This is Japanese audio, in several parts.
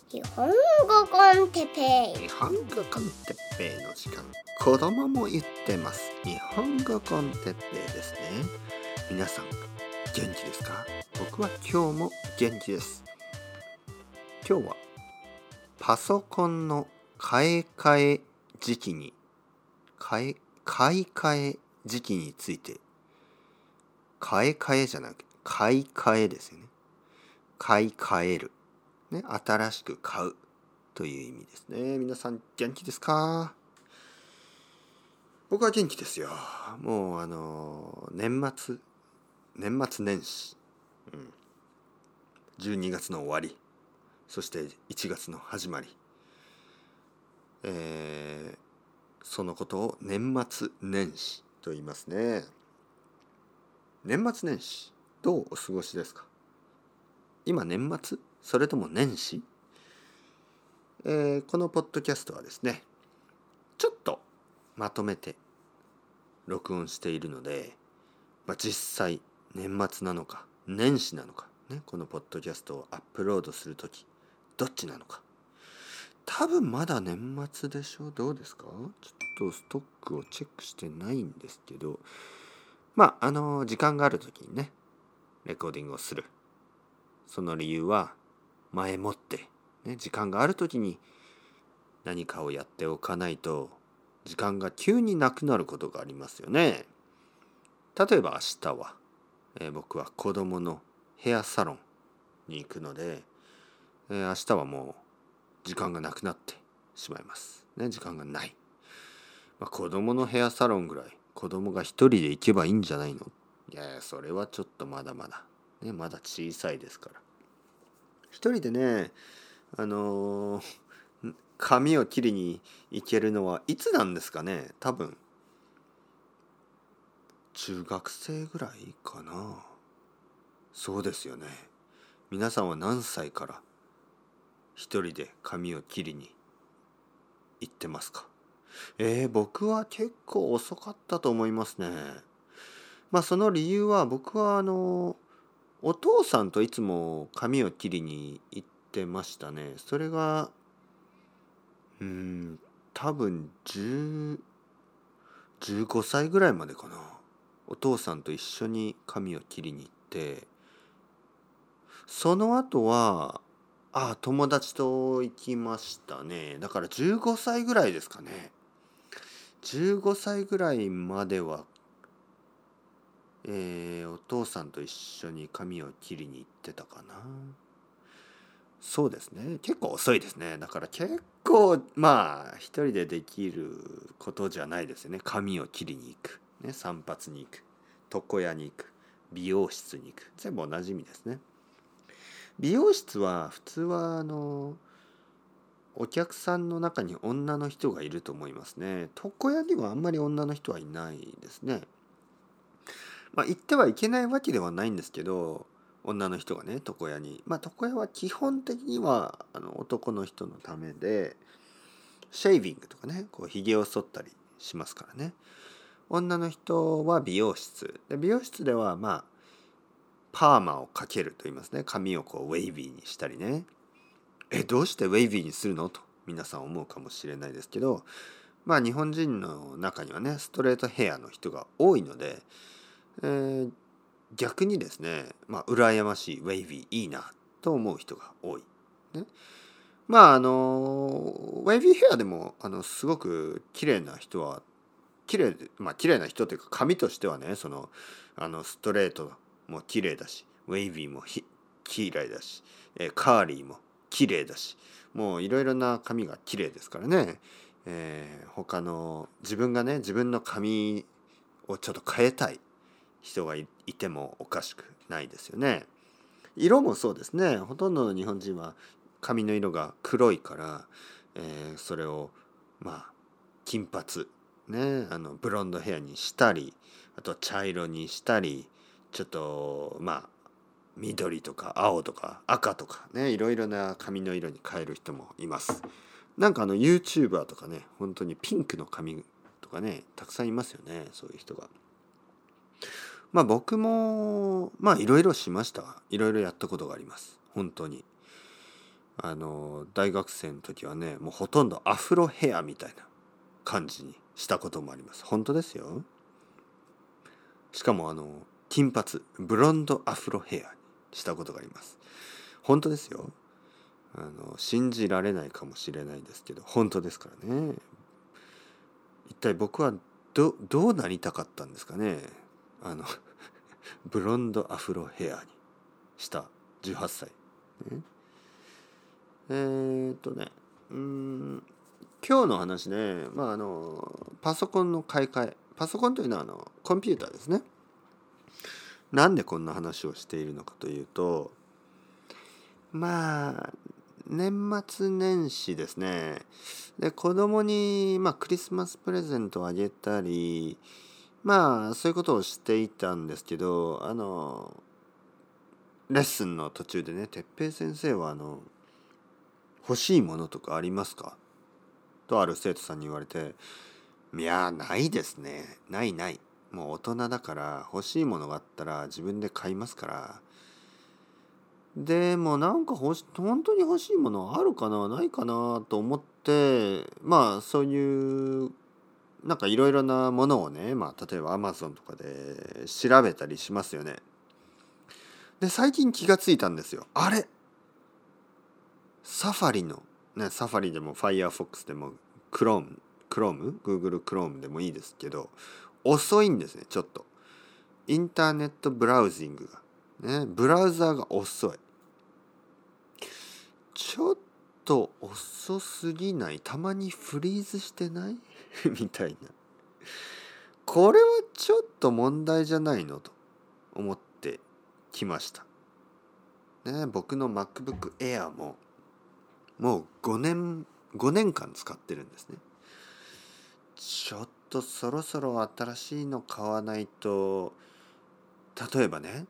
日本語コンテッペイ。 日本語コンテッペイの時間。子供も言ってます。日本語コンテッペイですね。皆さん元気ですか？僕は今日も元気です。今日はパソコンの買い替え時期に買い替え時期について、買い替えじゃなくて買い替えですよね。買い替える、ね、新しく買うという意味ですね。皆さん元気ですか？僕は元気ですよ。もう年末年始、12月の終わり、そして1月の始まり、そのことを年末年始と言いますね。年末年始どうお過ごしですか？今年末？それとも年始？このポッドキャストはですね、ちょっとまとめて録音しているので、実際年末なのか年始なのか、ね、このポッドキャストをアップロードするときどっちなのか。多分まだ年末でしょ。どうですか？ちょっとストックをチェックしてないんですけど、時間があるときにね、レコーディングをする。その理由は前もって、ね、時間があるときに何かをやっておかないと時間が急になくなることがありますよね。例えば明日は、僕は子供のヘアサロンに行くので、明日はもう時間がなくなってしまいます、ね、時間がない、子供のヘアサロンぐらい子供が一人で行けばいいんじゃないの？いやそれはちょっとまだまだ、ね、まだ小さいですから。一人でね、髪を切りに行けるのはいつなんですかね。多分中学生ぐらいかな。そうですよね。皆さんは何歳から一人で髪を切りに行ってますか？僕は結構遅かったと思いますね。その理由は僕はお父さんといつも髪を切りに行ってましたね。それが多分15歳ぐらいまでかな。お父さんと一緒に髪を切りに行って、その後は友達と行きましたね。だから15歳ぐらいですかね。15歳ぐらいまでは、お父さんと一緒に髪を切りに行ってたかな。そうですね。結構遅いですね。だから結構一人でできることじゃないですよね。髪を切りに行く、ね、散髪に行く、床屋に行く、美容室に行く、全部同じ意味ですね。美容室は普通はお客さんの中に女の人がいると思いますね。床屋にはあんまり女の人はいないですね。行ってはいけないわけではないんですけど、女の人がね床屋に、床屋は基本的には男の人のためで、シェービングとかね、こうひげを剃ったりしますからね。女の人は美容室で、美容室ではパーマをかけると言いますね。髪をこうウェイビーにしたりね。どうしてウェイビーにするのと皆さん思うかもしれないですけど、日本人の中にはねストレートヘアの人が多いので、逆にですね、羨ましい、ウェイビーいいなと思う人が多い、ね。ウェイビーヘアでもすごく綺麗な人は綺麗な人というか、髪としてはね、ストレートも綺麗だし、ウェイビーも綺麗だし、カーリーも綺麗だし、もういろいろな髪が綺麗ですからね。他の自分がね、自分の髪をちょっと変えたい人がいてもおかしくないですよね。色もそうですね。ほとんどの日本人は髪の色が黒いから、それを金髪ね、ブロンドヘアにしたり、あと茶色にしたり、ちょっと緑とか青とか赤とかね、いろいろな髪の色に変える人もいます。なんかYouTuber とかね、本当にピンクの髪とかね、たくさんいますよね、そういう人が。僕もいろいろしました。いろいろやったことがあります。本当に。 大学生の時はね、もうほとんどアフロヘアみたいな感じにしたこともあります。本当ですよ。しかも金髪ブロンドアフロヘアにしたことがあります。本当ですよ。信じられないかもしれないですけど本当ですからね。一体僕はどうなりたかったんですかね。ブロンドアフロヘアにした18歳、ね、今日の話ね、パソコンの買い替え、パソコンというのはコンピューターですね。なんでこんな話をしているのかというと、年末年始ですね。で、子供にクリスマスプレゼントをあげたり、そういうことをしていたんですけど、レッスンの途中でね、哲平先生は欲しいものとかありますかとある生徒さんに言われて、いやないですね。ない。もう大人だから欲しいものがあったら自分で買いますから。でもなんか本当に欲しいものあるかなないかなと思って、そういうなんかいろいろなものをね、例えば Amazon とかで調べたりしますよね。で最近気がついたんですよ。あれサファリのね、サファリでも Firefox でも Google Chrome でもいいですけど、遅いんですね。ちょっとインターネットブラウジングがね、ブラウザーが遅い。ちょっと遅すぎない？たまにフリーズしてないみたいな。これはちょっと問題じゃないのと思ってきました。ね、僕の MacBook Air ももう5年間使ってるんですね。ちょっとそろそろ新しいの買わないと、例えばね、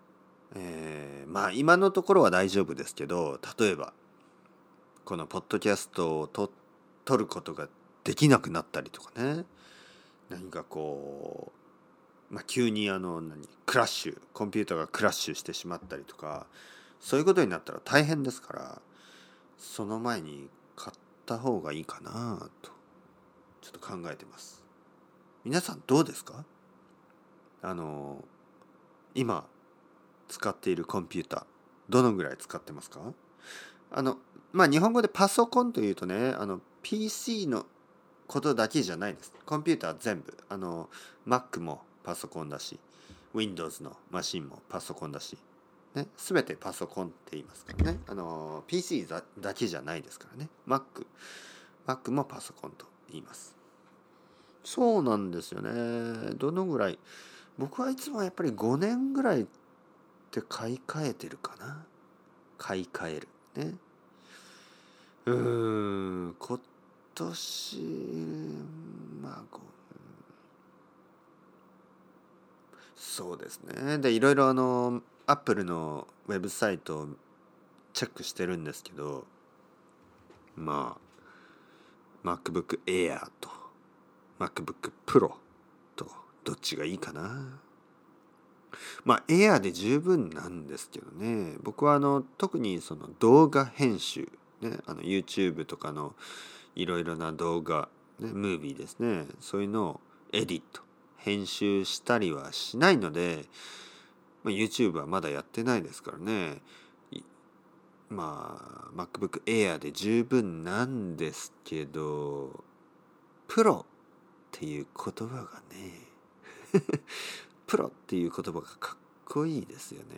今のところは大丈夫ですけど、例えばこのポッドキャストを撮ることができなくなったりとかね、何かこう、急にクラッシュ、コンピューターがクラッシュしてしまったりとか、そういうことになったら大変ですから、その前に買った方がいいかなとちょっと考えてます。皆さんどうですか？今使っているコンピューターどのぐらい使ってますか？日本語でパソコンというとね、PC のことだけじゃないです。コンピューター全部Mac もパソコンだし、Windows のマシンもパソコンだし、ね、全てパソコンって言いますからね。PC だけじゃないですからね。Mac もパソコンと言います。そうなんですよね。どのぐらい、僕はいつもやっぱり5年ぐらいって買い替えてるかな。買い替えるね。今年そうですね。でいろいろアップルのウェブサイトをチェックしてるんですけど、MacBook Air と MacBook Pro とどっちがいいかな。Air で十分なんですけどね。僕は特にその動画編集ね、YouTube とかのいろいろな動画、ね、ムービーですね、そういうのをエディット編集したりはしないので、YouTube はまだやってないですからね。MacBook Air で十分なんですけど、プロっていう言葉がねプロっていう言葉がかっこいいですよね。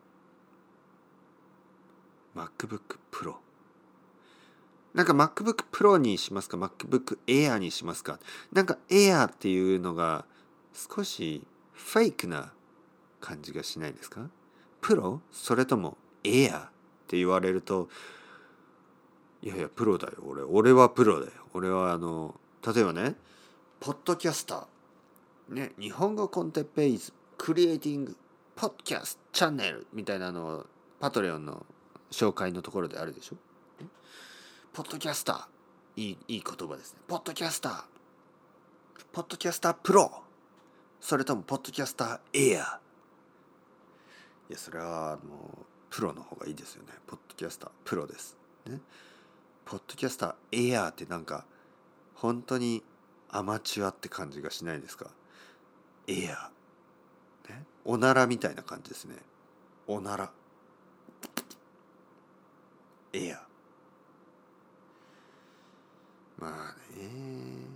MacBook Pro、 なんか MacBook Pro にしますか MacBook Air にしますか。なんか Air っていうのが少しフェイクな感じがしないですか？プロそれとも Air って言われると、いやいやプロだよ、俺はプロだよ。俺は例えばね、ポッドキャスターね、日本語コンテッペイズクリエイティングポッドキャストチャンネルみたいなパトレオンの紹介のところであるでしょ。ポッドキャスター、いい言葉ですね。ポッドキャスタープロ、それともポッドキャスターエア。いやそれはプロの方がいいですよね。ポッドキャスタープロですね、ポッドキャスターエアーってなんか本当にアマチュアって感じがしないですか？エアー、ね、おならみたいな感じですね。おならエアー。まあね、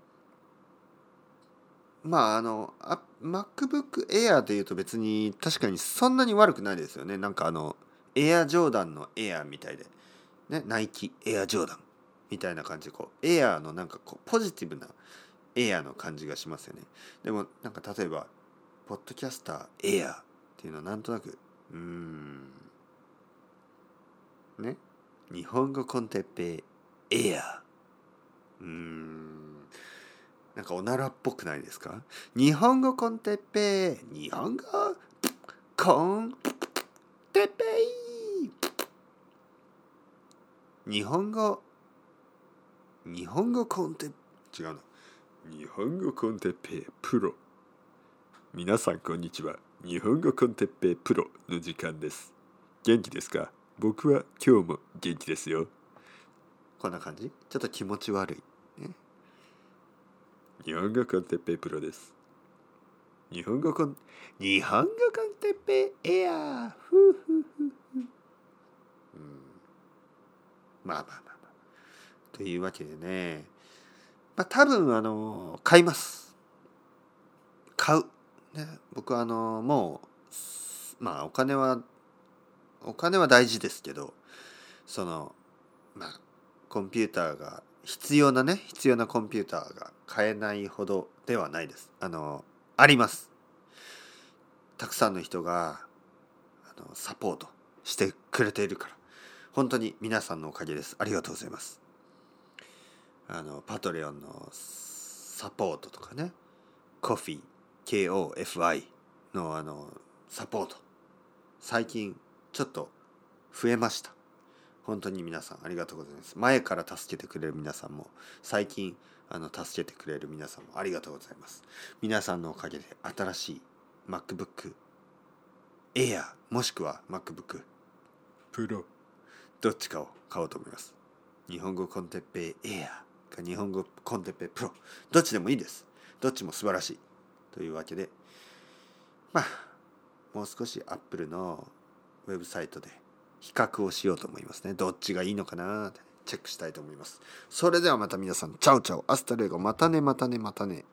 まあMacBook Air でいうと別に確かにそんなに悪くないですよね。なんかエアジョーダンのエアみたいでね、ナイキエアジョーダンみたいな感じでこうエアのなんかこうポジティブなエアの感じがしますよね。でもなんか例えばポッドキャスターエアっていうのはなんとなくね、日本語コンテッペイエアなんかおならっぽくないですか？日本語コンテッペイ、日本語コンテッペイ、日本語コンテ違うの日本語コンテッペイプロ。皆さんこんにちは。日本語コンテッペイプロの時間です。元気ですか？僕は今日も元気ですよ。こんな感じ？ちょっと気持ち悪い、ね、日本語コンテッペイプロです。日本語コンテッペイエアーふうふうふうふう、まあというわけでね、まあ多分買います。買うね、僕はもうまあお金は大事ですけど、そのまあコンピューターが必要なコンピューターが買えないほどではないです。あります。たくさんの人がサポートしてくれているから本当に皆さんのおかげです。ありがとうございます。パトレオンのサポートとかね、コフィー KOFI のサポート最近ちょっと増えました。本当に皆さんありがとうございます。前から助けてくれる皆さんも最近助けてくれる皆さんもありがとうございます。皆さんのおかげで新しい MacBook Air もしくは MacBook Pro どっちかを買おうと思います。日本語コンテッペイ Air か日本語コンテッペイ Pro どっちでもいいです。どっちも素晴らしいというわけで、まあもう少し Apple のウェブサイトで比較をしようと思いますね。どっちがいいのかなってチェックしたいと思います。それではまた皆さん、チャオチャオ、アスタルエゴ、またね。